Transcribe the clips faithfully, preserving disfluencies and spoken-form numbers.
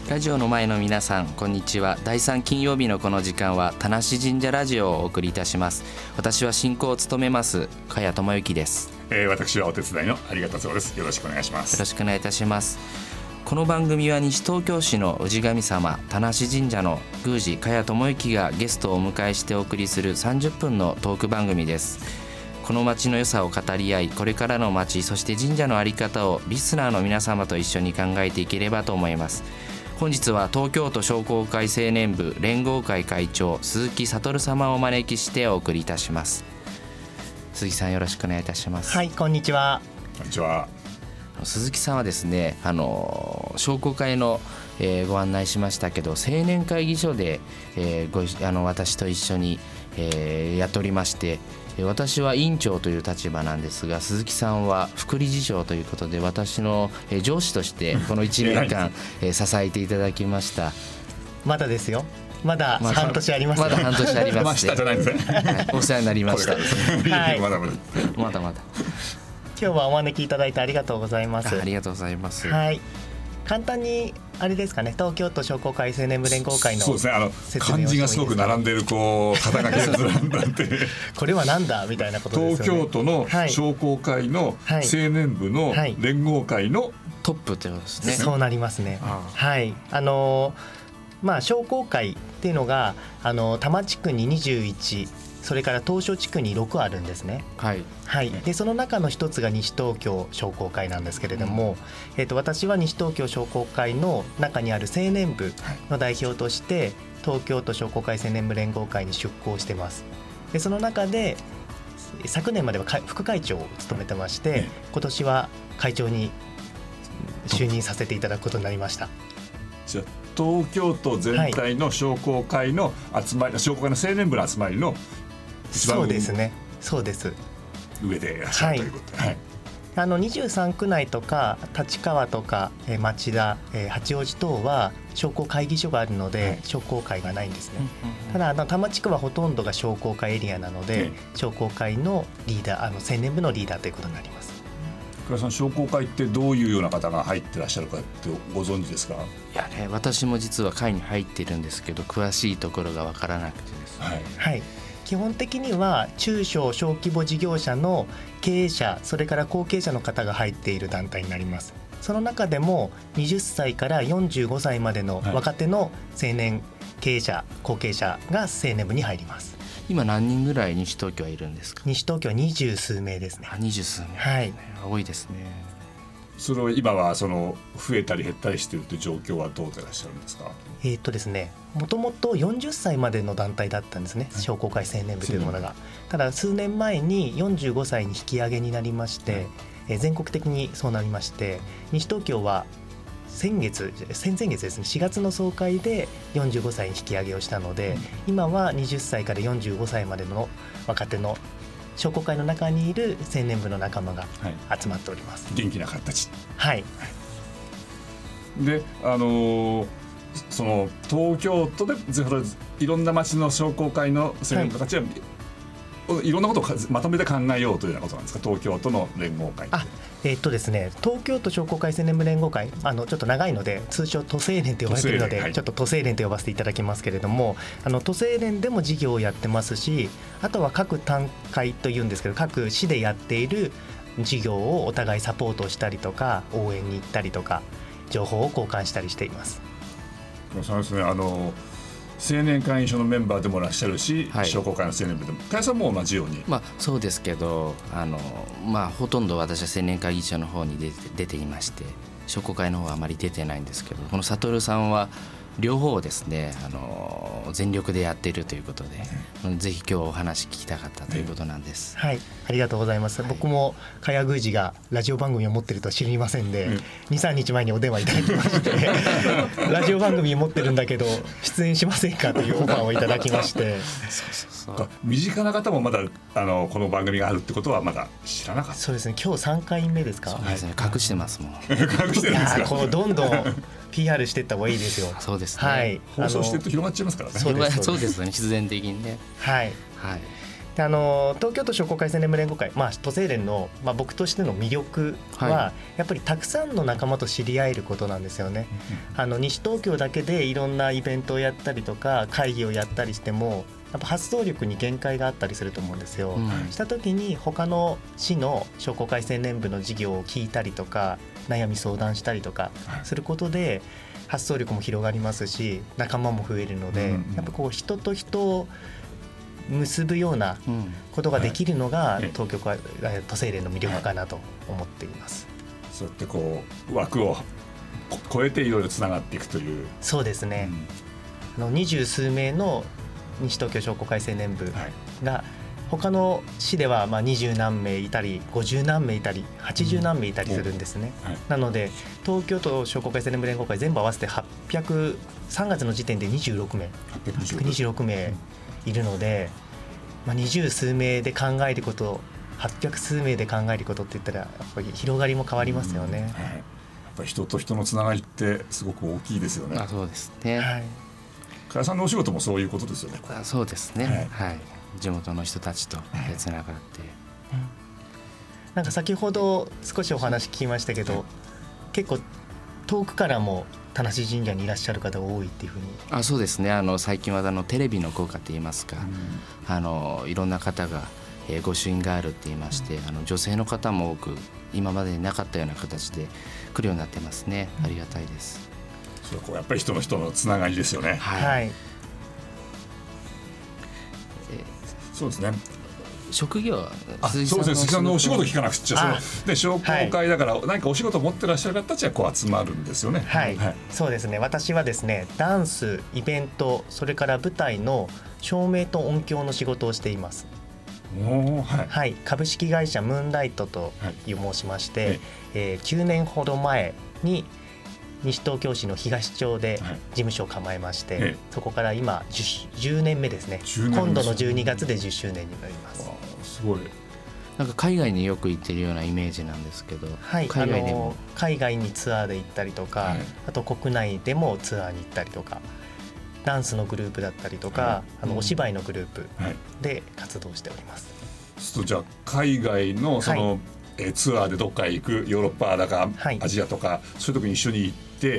ラジオの前の皆さん、こんにちは。だいさん金曜日のこの時間は田無神社ラジオをお送りいたします。私は進行を務めます茅智之です。 えー、私はお手伝いの有賀達夫です。よろしくお願いします。 よろしくお願いいたします。この番組は西東京市の氏神様田無神社の宮司茅智之がゲストをお迎えしてお送りするさんじゅっぷんのトーク番組です。この町の良さを語り合い、これからの町、そして神社の在り方をリスナーの皆様と一緒に考えていければと思います。本日は東京都商工会青年部連合会会長鈴木悟様をお招きしてお送りいたします。鈴木さん、よろしくお願いいたします。 はい、こんにちは。 こんにちは。 鈴木さんはですね、あの商工会の、えー、ご案内しましたけど、青年会議所で、えー、ごあの私と一緒に、えー、やっておりまして、私は委員長という立場なんですが、鈴木さんは副理事長ということで、私の上司としてこのいちねんかん支えていただきました。 まだですよ。まだ半年あります、ね、 まだ半年あります、ね。 ましたじゃないですね、 はい、お世話になりました。 はい、 まだまだまだまだ。 今日はお招きいただいてありがとうございます。 あ, ありがとうございます。 はい、簡単にあれですかね、東京都商工会青年部連合会のそうですね、あの漢字がすごく並んでいるこう肩書きがずらんだってこれはなんだみたいなことですよね。 東京都の商工会の青年部の連合会のトップということですね。 そうなりますね。はい、あのまあ商工会っていうのがあの多摩地区ににじゅういち、それから東証地区にろくあるんですね。 はい、 はい、でその中の一つが西東京商工会なんですけれども、うんえー、と私は西東京商工会の中にある青年部の代表として東京都商工会青年部連合会に出向してます。でその中で昨年までは副会長を務めてまして、今年は会長に就任させていただくことになりました。 じゃあ東京都全体の商工会の集まり、はい、商工会の青年部の集まりの一番そうですね、そうです上でいらっしゃるということで、はいはい、 あのにじゅうさんく内とか立川とか、えー、町田、えー、八王子等は商工会議所があるので、はい、商工会がないんですね、うん、ただあの多摩地区はほとんどが商工会エリアなので、うん、商工会のリーダー、あの青年部のリーダーということになります。 倉さん、商工会ってどういうような方が入ってらっしゃるかってご存知ですか？ いやね、私も実は会に入っているんですけど、詳しいところが分からなくてですね、 はいはい基本的には中小小規模事業者の経営者、それから後継者の方が入っている団体になります。その中でもはたちからよんじゅうごさいまでの若手の青年経営者、後継者が青年部に入ります。 今何人ぐらい西東京はいるんですか？ 西東京は二十数名ですね。 あ、二十数名、 はい、 多いですね。 それを今はその増えたり減ったりしているという状況はどうでいらっしゃるんですか？ えーっとですね、もともとよんじゅっさいまでの団体だったんですね、商工会青年部というものが。ただ数年前によんじゅうごさいに引き上げになりまして、えー、全国的にそうなりまして、西東京は先月先々月ですね、しがつの総会でよんじゅうごさいに引き上げをしたので、今ははたちからよんじゅうごさいまでの若手の商工会の中にいる青年部の仲間が集まっております、 はい、元気な方たち。 はい、 で、あのー、その東京都でいろんな町の商工会の青年部たちは、はい、いろんなことをまとめて考えようというようなことなんですか？東京都の連合会って。 あ、えーっとですね、東京都商工会青年部連合会、あのちょっと長いので通称都青連と呼ばれているので、はい、ちょっと都青連と呼ばせていただきますけれども、あの都青連でも事業をやってますし、あとは各単会というんですけど、各市でやっている事業をお互いサポートしたりとか、応援に行ったりとか、情報を交換したりしています。 そうですね、あの青年会員所のメンバーでもいらっしゃるし、はい、商工会の青年部でも、加谷さんも同じように。 まあ、そうですけど、あの、まあ、ほとんど私は青年会議所の方に出て、出ていまして、商工会の方はあまり出てないんですけど、この悟さんは両方ですね、あの全力でやっているということで、うん、ぜひ今日お話聞きたかったということなんです、 うん、はい、ありがとうございます、はい、僕も茅宮司がラジオ番組を持ってるとは知りませんで、うん、にさんにちまえにお電話いただきましてラジオ番組持ってるんだけど出演しませんかというオファーをいただきましてそうそうそう、 身近な方もまだあのこの番組があるってことはまだ知らなかった。 そうですね、今日さんかいめですか？ そうですね、隠してますもん隠してるんですか？いや、 こうどんどんピーアール していった方がいいですよ。 そうですね、 はい、 放送してると広がっちゃいますからね。 そうです、そうですね、必然的にね。 はい、 はい、 あの東京都商工会青年部連合会、まあ、都青連の、まあ、僕としての魅力は、はい、やっぱりたくさんの仲間と知り合えることなんですよね。あの西東京だけでいろんなイベントをやったりとか会議をやったりしてもやっぱ発想力に限界があったりすると思うんですよ、うん、した時に他の市の商工会青年部の事業を聞いたりとか悩み相談したりとかすることで発想力も広がりますし仲間も増えるので、うんうん、やっぱこう人と人を結ぶようなことができるのが東京都青連の魅力かなと思っています。 そうやってこう枠を超えていろいろつながっていくという。 そうですね、うん、あの二十数名の西東京商工会青年部が他の市ではまあ二十何名いたり五十何名いたり八十何名いたりするんですね、うんはい、なので東京都商工会青年部連合会全部合わせてはっぴゃくさんがつの時点でにじゅうろくめいはっぴゃくにじゅうろくめいいるので、まあ、二十数名で考えることはっぴゃく数名で考えることって言ったらやっぱり広がりも変わりますよね、うんはい、やっぱり人と人のつながりってすごく大きいですよね。 あそうですね、はい、 加谷さんのお仕事もそういうことですよね。 あそうですね、はいはい、地元の人たちとつながって、うん、 なんか先ほど少しお話聞きましたけど結構遠くからも田無神社にいらっしゃる方が多いっていうふうに。 あそうですねあの最近はあのテレビの効果といいますか、うん、あのいろんな方が、えー、御朱印があるって言いまして、うん、あの女性の方も多く今までになかったような形で来るようになってますね、うん、ありがたいです。 それはこうやっぱり人の人のつながりですよね。 はい、はいえー、そうですね職業あそうですね鈴木さんのお仕事聞かなくちゃそので商工会だから、はい、何かお仕事を持ってらっしゃる方たちはこう集まるんですよね。 はい、はい、そうですね私はですねダンスイベントそれから舞台の照明と音響の仕事をしています。 おはいはい、株式会社ムーンライトという申しまして、はいえー、きゅうねんほど前に西東京市の東町で事務所を構えまして、はい、そこから今 10, じゅうねんめですね。今度のじゅうにがつでじゅっしゅうねんになります。 すごいなんか海外によく行ってるようなイメージなんですけど、 はい、海外でも海外にツアーで行ったりとか、はい、あと国内でもツアーに行ったりとかダンスのグループだったりとか、はい、あのお芝居のグループで活動しております。 はい、そうじゃあ海外のその、はいえツアーでどっかへ行くヨーロッパだか、はい、アジアとかそういう時に一緒に行って、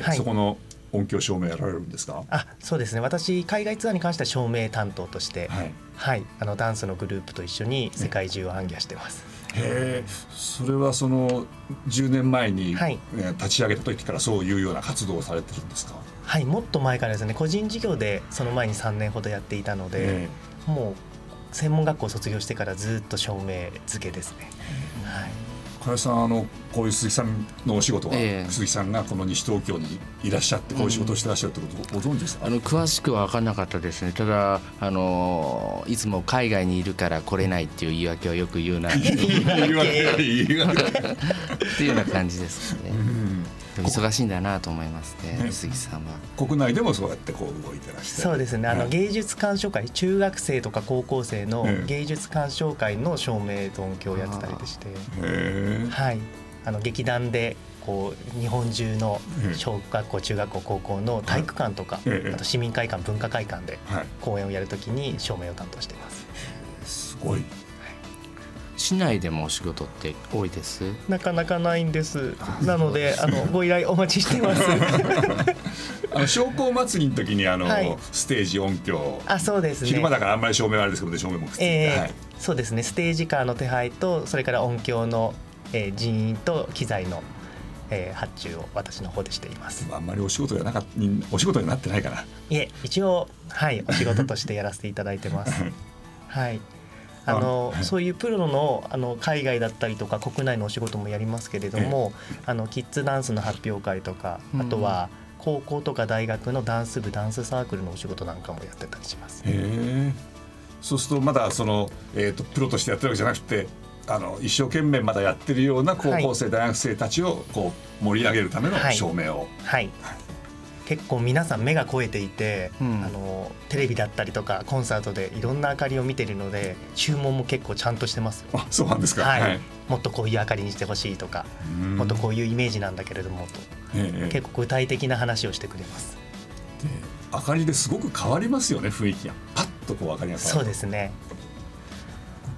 はい、そこの音響照明やられるんですか。 あそうですね私海外ツアーに関しては照明担当として、はいはい、あのダンスのグループと一緒に世界中を行脚してます。 へえそれはそのじゅうねんまえに、はいね、立ち上げた時からそういうような活動をされてるんですか。 はいもっと前からですね個人事業でその前にさんねんほどやっていたのでもう専門学校を卒業してからずっと照明付けですね。はい加谷さんあのこういう鈴木さんのお仕事は、えー、鈴木さんがこの西東京にいらっしゃってこういう仕事をしてらっしゃるってことをご存知ですか。 あの詳しくは分からなかったですね。ただあのいつも海外にいるから来れないっていう言い訳をよく言うなっていうような感じですね。うん忙しいんだなと思いますね、ね鈴木さんは。 国内でもそうやってこう動いてらっしゃる。 そうですねあの、はい、芸術鑑賞会中学生とか高校生の芸術鑑賞会の照明と音響をやってたりでして、へはい、あの劇団でこう日本中の小学校中学校高校の体育館とか、はい、あと市民会館文化会館で公演をやるときに照明を担当しています。 すごい。 市内でもお仕事って多いです。 なかなかないんです。なのであのご依頼お待ちしてますあの商工祭りの時にあの、はい、ステージ音響あそうですね昼間だからあんまり照明はあれですけど照明もくっついて、えーはい、 そうですねステージカーの手配とそれから音響の、えー、人員と機材の、えー、発注を私の方でしています。 あんまりお仕事がなかお仕事になってないかな。 いえ一応はいお仕事としてやらせていただいてますはいあのあそういうプロ の, あの海外だったりとか国内のお仕事もやりますけれどもあのキッズダンスの発表会とかあとは高校とか大学のダンス部ダンスサークルのお仕事なんかもやってたりします。 へそうするとまだその、えー、とプロとしてやってるわけじゃなくてあの一生懸命まだやってるような高校生、はい、大学生たちをこう盛り上げるための照明を、 はいはい結構皆さん目が肥えていて、うん、あのテレビだったりとかコンサートでいろんな明かりを見ているので注文も結構ちゃんとしてます。 あそうなんですか、 はいはい、もっとこういう明かりにしてほしいとかもっとこういうイメージなんだけれどもと、ええ、結構具体的な話をしてくれます。 で明かりですごく変わりますよね雰囲気がパッとこう明かりが変わる。 そうですね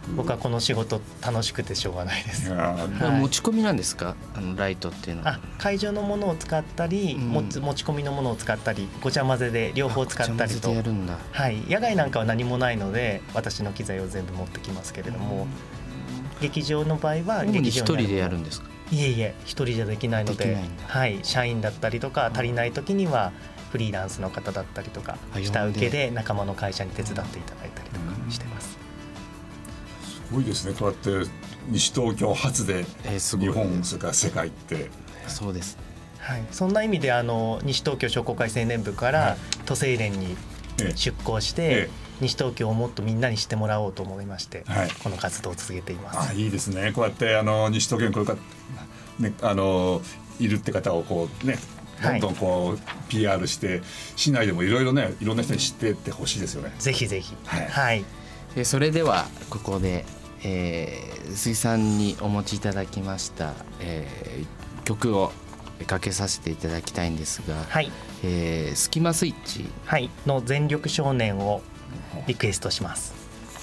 僕はこの仕事楽しくてしょうがないです。 いやーこれ持ち込みなんですか、あのライトっていうのは。 あ、会場のものを使ったり、 うん持ち持ち込みのものを使ったり、ごちゃ混ぜで両方使ったりあごちゃ混ぜとてやるんだ。 はい、野外なんかは何もないので私の機材を全部持ってきますけれども、劇場の場合は主に劇場に一人でやるんですか。 いえいえ一人じゃできないのでできないんだはい、社員だったりとか足りない時にはフリーランスの方だったりとかあ下請け呼んでで仲間の会社に手伝っていただいたりとかしてます。 すごいですね。こうやって西東京発でえーすごい日本それから世界ってそうです。 はい、そんな意味であの西東京商工会青年部かはらい都政連にええ出向して、 え西東京をもっとみんなに知ってもらおうと思いまして、 はいこの活動を続けています。 あいいですね。こうやってあの西東京にこれからねあのいるって方をこうねどんどんこう ピーアール して市内でもいろいろねいろんな人に知っていってほしいですよね。 ぜひぜひ、 はいはい、 えーそれではここで、えー、鈴木さんにお持ちいただきました、えー曲をかけさせていただきたいんですが、 はい、 えースキマスイッチはいの全力少年をリクエストします。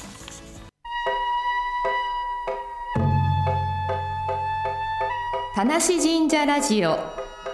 田無神社ラジオ。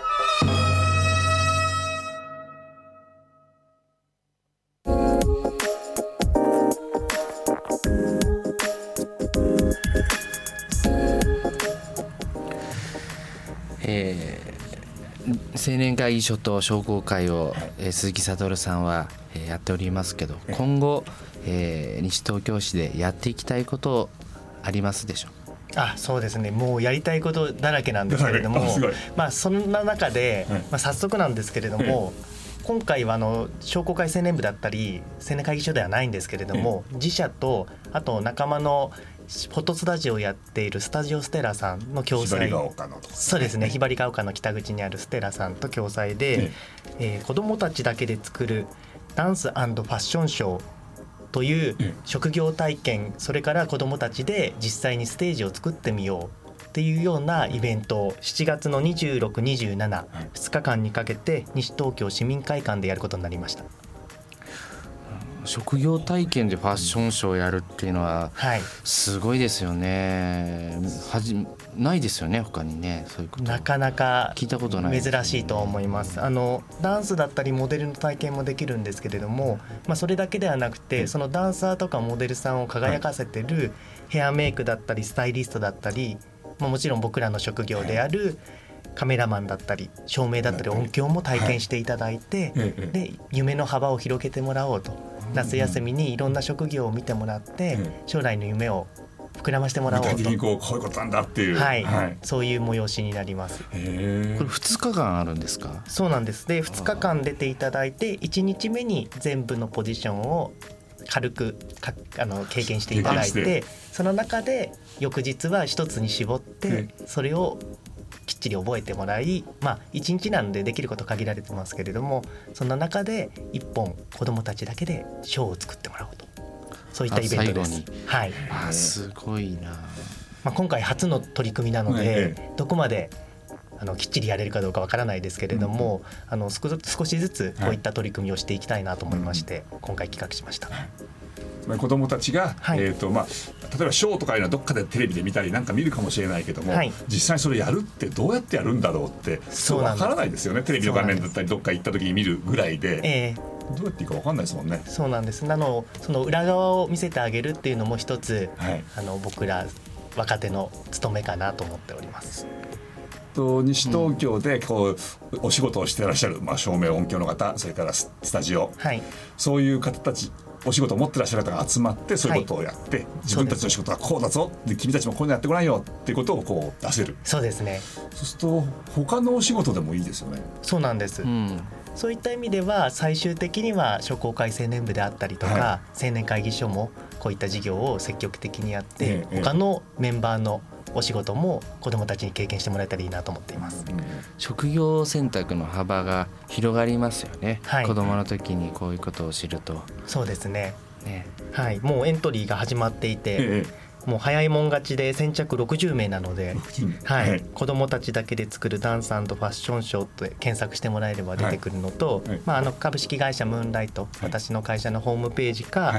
えー青年会議所と商工会を、えー鈴木悟さんは、えーやっておりますけど、今後、えー西東京市でやっていきたいことありますでしょうか。 あ、そうですね、もうやりたいことだらけなんですけれども、 すごいまあ、そんな中で、 はいまあ、早速なんですけれども、今回はあの商工会青年部だったり青年会議所ではないんですけれども、自社とあと仲間のフォトスタジオをやっているスタジオステラさんの共ひばり催、 が丘のとこそうですね、ひばりが丘の北口にあるステラさんと共催で、えー子どもたちだけで作るダンス&ファッションショーというええ職業体験、それから子どもたちで実際にステージを作ってみようっていうようなイベントをしちがつのにじゅうろく、にじゅうしち、ふつかかんにかけて西東京市民会館でやることになりました。 職業体験でファッションショーをやるっていうのははい、 すごいですよね。はじないですよね、他にね、そういうことなかなか聞いたことないですね珍しいと思います。あのダンスだったりモデルの体験もできるんですけれども、まあ、それだけではなくて、そのダンサーとかモデルさんを輝かせてるヘアメイクだったりスタイリストだったり、まあ、もちろん僕らの職業であるカメラマンだったり照明だったり音響も体験していただいて、 ええで夢の幅を広げてもらおうと、夏休みにいろんな職業を見てもらってえ将来の夢を膨らましてもらおうと、 具体的にこうこういうことなんだっていう。 はいはいそういう催しになります。 へこれふつかかんあるんですか。 そうなんです。でふつかかん出ていただいていちにちめに全部のポジションを軽くかあの経験していただい経験て、その中で翌日は一つに絞ってえそれをきっちり覚えてもらい、まあいちにちなんでできること限られてますけれども、その中でいっぽん子どもたちだけでショーを作ってもらおうと、そういったイベントです。 あ最後にはい。 あすごいな。 まあ、今回初の取り組みなので、 えどこまであのきっちりやれるかどうかわからないですけれども、あの少少しずつこういった取り組みをしていきたいなと思いまして、今回企画しました。 つまり子どもたちが、 はいえーとまあ、例えばショーとかいうのはどっかでテレビで見たりなんか見るかもしれないけども、 はい実際にそれやるってどうやってやるんだろうってそうなんです分からないですよね。テレビの画面だったりどっか行った時に見るぐらいで、 えー、 どうやっていいか分かんないですもんね。 そうなんです。なのその裏側を見せてあげるっていうのも一つ、 はいあの僕ら若手の務めかなと思っております。 と西東京でこう、お仕事をしていらっしゃる、まあ、照明音響の方、それからススタジオ、 はい、 そういう方たちお仕事を持ってらっしゃる方が集まってそういうことをやって、はい、自分たちの仕事はこうだぞで君たちもこういうのやってごらんよっていうことをこう出せる。 そうですね。 そうすると他のお仕事でもいいですよね。 そうなんです、 うん、 そういった意味では最終的には商工会青年部であったりとか、 は青年会議所もこういった事業を積極的にやって、 ええ他のメンバーのお仕事も子どもたちに経験してもらえたらいいなと思っています。 職業選択の幅が広がりますよね、 はい、 子供の時にこういうことを知ると。 そうですね、 ね、 はい、もうエントリーが始まっていて、 ええ、 もう早いもん勝ちで先着ろくじゅうめいなので、はいはい、 子どもたちだけで作るダンス&ファッションショーって検索してもらえれば出てくるのと、 はいはい、 まあ、あの株式会社ムーンライト、 はい、 私の会社のホームページか、 はい、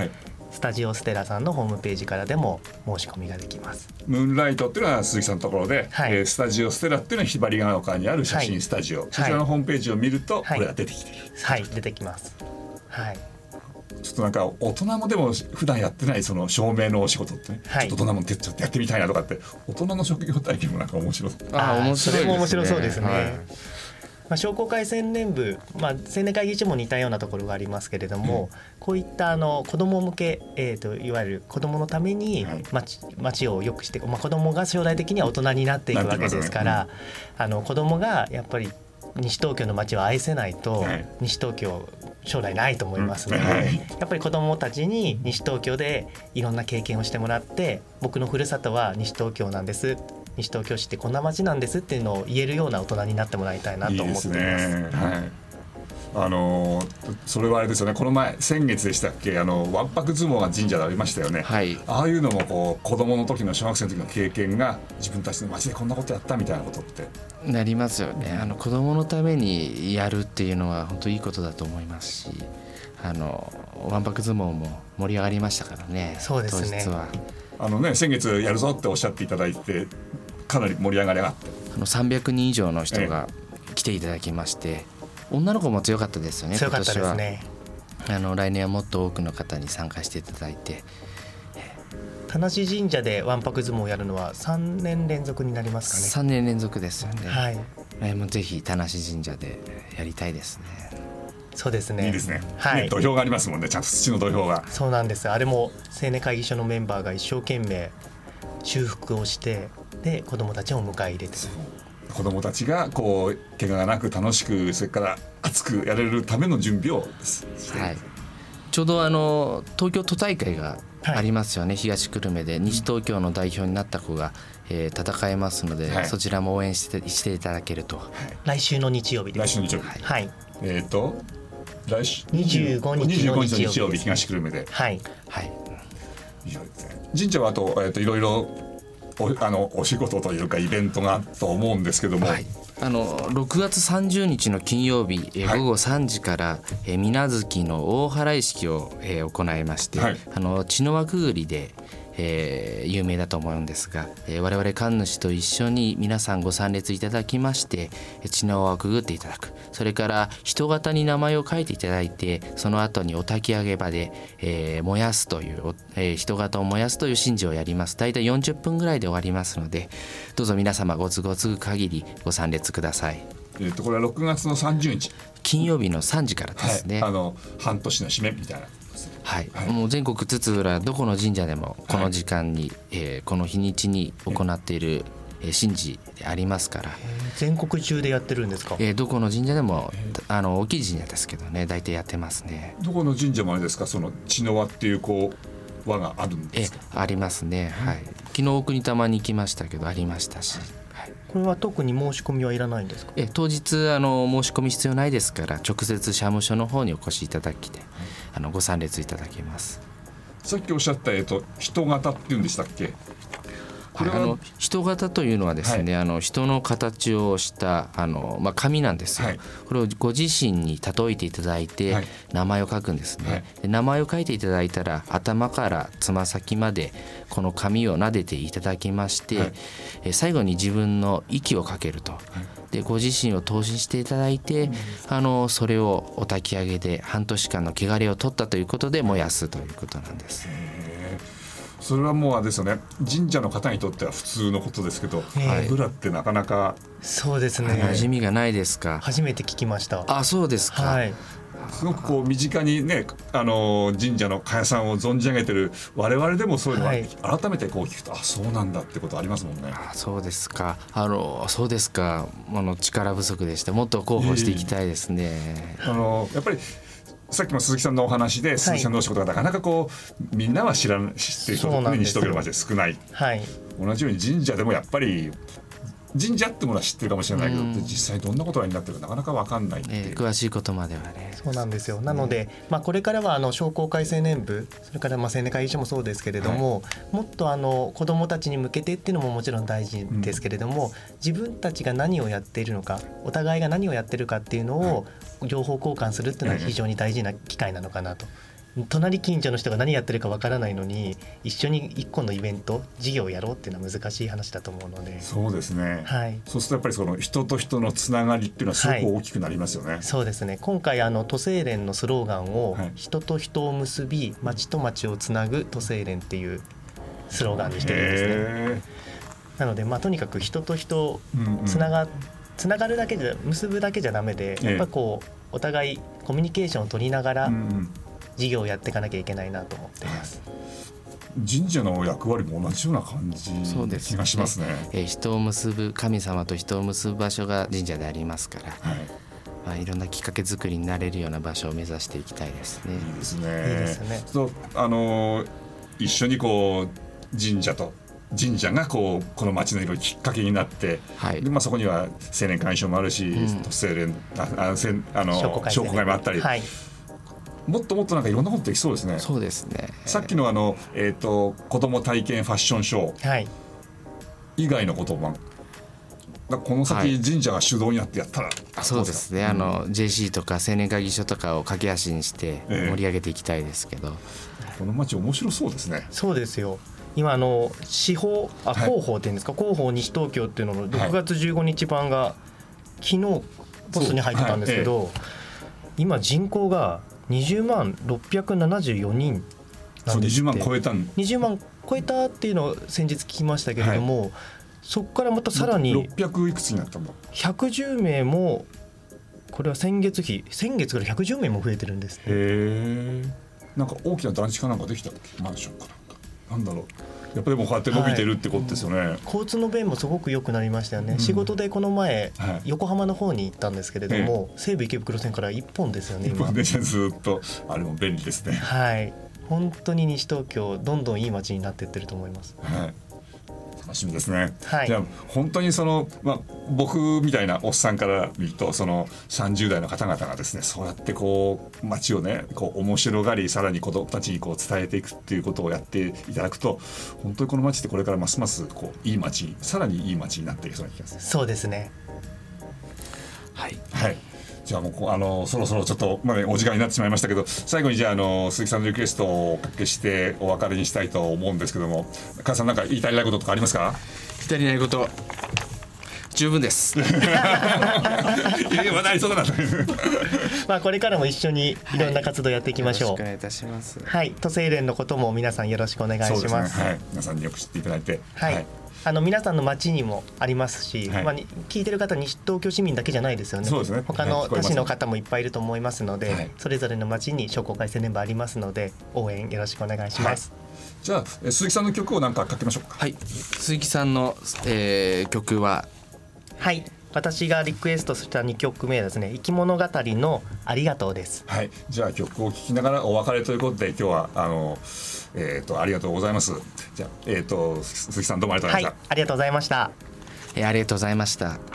スタジオステラさんのホームページからでも申し込みができます。 ムーンライトっていうのは鈴木さんのところで、 はいえースタジオステラっていうのはひばりが丘にある写真スタジオ、 はいそちらのホームページを見るとはいこれが出てきている、 はい、出てきます。はい。 ちょっとなんか大人もでも普段やってないその照明のお仕事ってね、 はいちょっと大人もちょっとやってみたいなとかって大人の職業体験もなんか面白そう。 あー面白いですね。 それも面白そうですね。 はいまあ、商工会青年部、まあ、青年会議所も似たようなところがありますけれども、うん、こういったあの子ども向け、えー、といわゆる子どものために町、はい、町を良くしていく、まあ、子どもが将来的には大人になっていくわけですから、ねうん、あの子どもがやっぱり西東京の町を愛せないと、はい、西東京将来ないと思いますので、うんはい、やっぱり子どもたちに西東京でいろんな経験をしてもらって、僕のふるさとは西東京なんです、西東京市ってこんな街なんですっていうのを言えるような大人になってもらいたいなと思っています。いいですね。 はい。あのー、それはあれですよね。この前先月でしたっけ、あのわんぱく相撲が神社でありましたよね。はい。ああいうのもこう子供の時の小学生の時の経験が自分たちの街でこんなことやったみたいなことってなりますよね。あの子供のためにやるっていうのは本当いいことだと思いますし、あのわんぱく相撲も盛り上がりましたからね。 そうですね。 当日はあのね先月やるぞっておっしゃっていただいて。かなり盛り上がりがあってあのさんびゃくにん以上の人が来ていただきまして、ええ、女の子も強かったですよね。 強かったですね。 今年はあの来年はもっと多くの方に参加していただいて、 田無神社でわんぱく相撲をやるのはさんねん連続になりますかね。 さんねん連続ですよね。 はい。 えもうぜひ田無神社でやりたいですね。 そうですね。 いいですね。 はい。 ね、土俵がありますもんね。ちゃんと土の土俵が。 そうなんです。あれも青年会議所のメンバーが一生懸命修復をしてで子どもたちを迎え入れて子どもたちがこう怪我がなく楽しくそれから熱くやれるための準備をして、はい、 ちょうどあの東京都大会がありますよね、はい、東久留米で西東京の代表になった子が、えー、戦えますので、はい、そちらも応援してしていただけると、はい、 来週の日曜日です。 来週の日曜日、 はいはい、 えっ、ー、と来週にじゅうごにちの日曜日、 曜日東久留米で、 はいはい、 神社はあと、えー、といろいろ お, あのお仕事というかイベントがあると思うんですけども、はい、 あのろくがつさんじゅうにちの金曜日、えー、午後さんじから、えー、水無月の大祓式を、えー、行いまして、はい、あの血の輪くぐりで、えー、有名だと思うんですが、えー、我々神主と一緒に皆さんご参列いただきまして血の輪をくぐっていただく、それから人型に名前を書いていただいてその後にお焚き上げ場で、えー、燃やすという、えー、人型を燃やすという神事をやります。だいたいよんじゅっぷんぐらいで終わりますのでどうぞ皆様ご都合つぐ限りご参列ください。 えー、とこれはろくがつのさんじゅうにち金曜日のさんじからですね、 はい、あの半年の締めみたいな。 はい、はい、もう全国津々浦々どこの神社でもこの時間に、はい、えー、この日にちに行っている神事でありますから。 全国中でやってるんですか？ えー、どこの神社でもあの大きい神社ですけどね大体やってますね。 どこの神社もあれですか、その血の輪っていうこう輪があるんですか？ えー、ありますね、はい、昨日奥に玉に行きましたけどありましたし、はい、 これは特に申し込みはいらないんですか？ え当日あの申し込み必要ないですから直接社務所の方にお越しいただきで、はい、あのご参列いただけます。 さっきおっしゃった、えー、と人型っていうんでしたっけ？ これはあの人型というのはですね、はい、あの人の形をしたあの、まあ、紙なんですよ、はい、これをご自身に例えていただいて名前を書くんですね、はい、で名前を書いていただいたら頭からつま先までこの紙を撫でていただきまして、はい、え最後に自分の息をかけると、はい、でご自身を投資していただいて、うん、あのそれをお焚き上げで半年間の汚れを取ったということで燃やすということなんです。 それはもうあれですよね、神社の方にとっては普通のことですけど、僕らってなかなか。 そうですね、 馴染みがないですか？ 初めて聞きました。 あ、そうですか、 はい、 すごくこう身近にね、あの神社の茅さんを存じ上げてる我々でもそういうのは改めてこう聞くと、はい、あ、そうなんだってことありますもんね。 あ、そうですか。あのそうですか。あの力不足でしてもっと広報していきたいですね。 あのやっぱりさっきも鈴木さんのお話で、鈴木さんのお仕事がなかなかこうみんなは知らない、知っている人が西東京の町で少ない、はい、同じように神社でもやっぱり神社ってものは知ってるかもしれないけど、うん、実際どんなことになってるかなかなか分かんないっていう、 えー、詳しいことまではね。 そうなんですよ。なので、まあ、これからはあの商工会青年部、それからまあ青年会議所もそうですけれども、はい、もっとあの子どもたちに向けてっていうのももちろん大事ですけれども、うん、自分たちが何をやっているのか、お互いが何をやってるかっていうのを情報交換するっていうのは非常に大事な機会なのかなと隣近所の人が何やってるかわからないのに一緒に一個のイベント事業をやろうっていうのは難しい話だと思うので。 そうですね、 はい、 そうするとやっぱりその人と人のつながりっていうのはすごく大きくなりますよね、 はい、そうですね。今回あの都政連のスローガンを、 はい、 人と人を結び町と町をつなぐ都政連っていうスローガンにしてるんですね。なので、まあ、とにかく人と人をつなが、うんうん、つながるだけじゃ結ぶだけじゃダメで、やっぱこうお互いコミュニケーションを取りながら事業をやっていかなきゃいけないなと思っています、 うん、神社の役割も同じような感じな気がしますね。 えー、人を結ぶ神様と人を結ぶ場所が神社でありますから、はい、まあ、いろんなきっかけ作りになれるような場所を目指していきたいですね。 いいですね。 いいですね。 そう、あのー、一緒にこう神社と神社がこうこの町のいろいろきっかけになって、はい、でまあ、そこには青年会所もあるし、うん、都政連あああの商工会もあったり、はい、もっともっとなんかいろんなことできそうですね。 そうですね。 さっきのあの、えー、と子ども体験ファッションショー、はい、以外のこともこの先神社が主導になってやったら、 はい、そうですね、うん、あの ジェーシー とか青年会議所とかを駆け足にして盛り上げていきたいですけど、 えー、この町面白そうですね。 そうですよ。今あの司法あ広報っていうんですか、はい、広報西東京っていうののろくがつじゅうごにち版が昨日ポストに入ってたんですけど、はい、ええ、今人口がにじゅうまんろっぴゃくななじゅうよにんなんですって。 そうにじゅうまん超えたんにじゅうまん超えたっていうのを先日聞きましたけれども、はい、そこからまたさらにろっぴゃくいくつになったんだ。 ひゃくじゅうめいも、これは先月比先月からひゃくじゅうめいも増えてるんです、ね、 へえ。なんか大きな団地かなんかできたっけ、マンションかなんか、なんだろう、やっぱりもうこうやって伸びてるってことですよね、はい、 交通の便もすごく良くなりましたよね、うん、仕事でこの前、はい、横浜の方に行ったんですけれども、ええ、西武池袋線からいっぽんですよね今。いっぽんでずっとあれも便利ですね。 はい、本当に西東京どんどんいい街になっていってると思います、 はい、楽しみですね、 はい、 じゃあ本当にその、まあ、僕みたいなおっさんから見るとそのさんじゅうだいの方々がですね、そうやってこう街をねこう面白がり、さらに子どもたちにこう伝えていくっていうことをやっていただくと、本当にこの街ってこれからますますこういい街、さらにいい街になっていきそうな気がする。 そうですね。 はい、はい、じゃあもうあのそろそろちょっと、まあね、お時間になってしまいましたけど、最後にじゃあ、あの鈴木さんのリクエストをおかけしてお別れにしたいと思うんですけども、加谷さんなんか言い足りないこととかありますか？ 言い足りないこと十分です。いやなりそうだなまあこれからも一緒にいろんな活動やっていきましょう。 はい、よろしくお願いいたします。 はい、都政連のことも皆さんよろしくお願いします。 そうですね、はい、皆さんによく知っていただいて、 はい、はい、あの皆さんの町にもありますし、はい、まあ、聞いてる方は西東京市民だけじゃないですよね。 そうですね、 他の他市の方もいっぱいいると思いますので、はい、それぞれの町に商工会青年部ありますので応援よろしくお願いします、はい、 じゃあ鈴木さんの曲を何かかけましょうか。 はい、鈴木さんの、えー、曲は、 はい、私がリクエストしたにきょくめはですね、生き物語のありがとうです。 はい、じゃあ曲を聴きながらお別れということで、今日はあの、えー、とありがとうございます。じゃあ、えー、と鈴木さんどうもありがとうございました。 はい、ありがとうございました。 えー、ありがとうございました。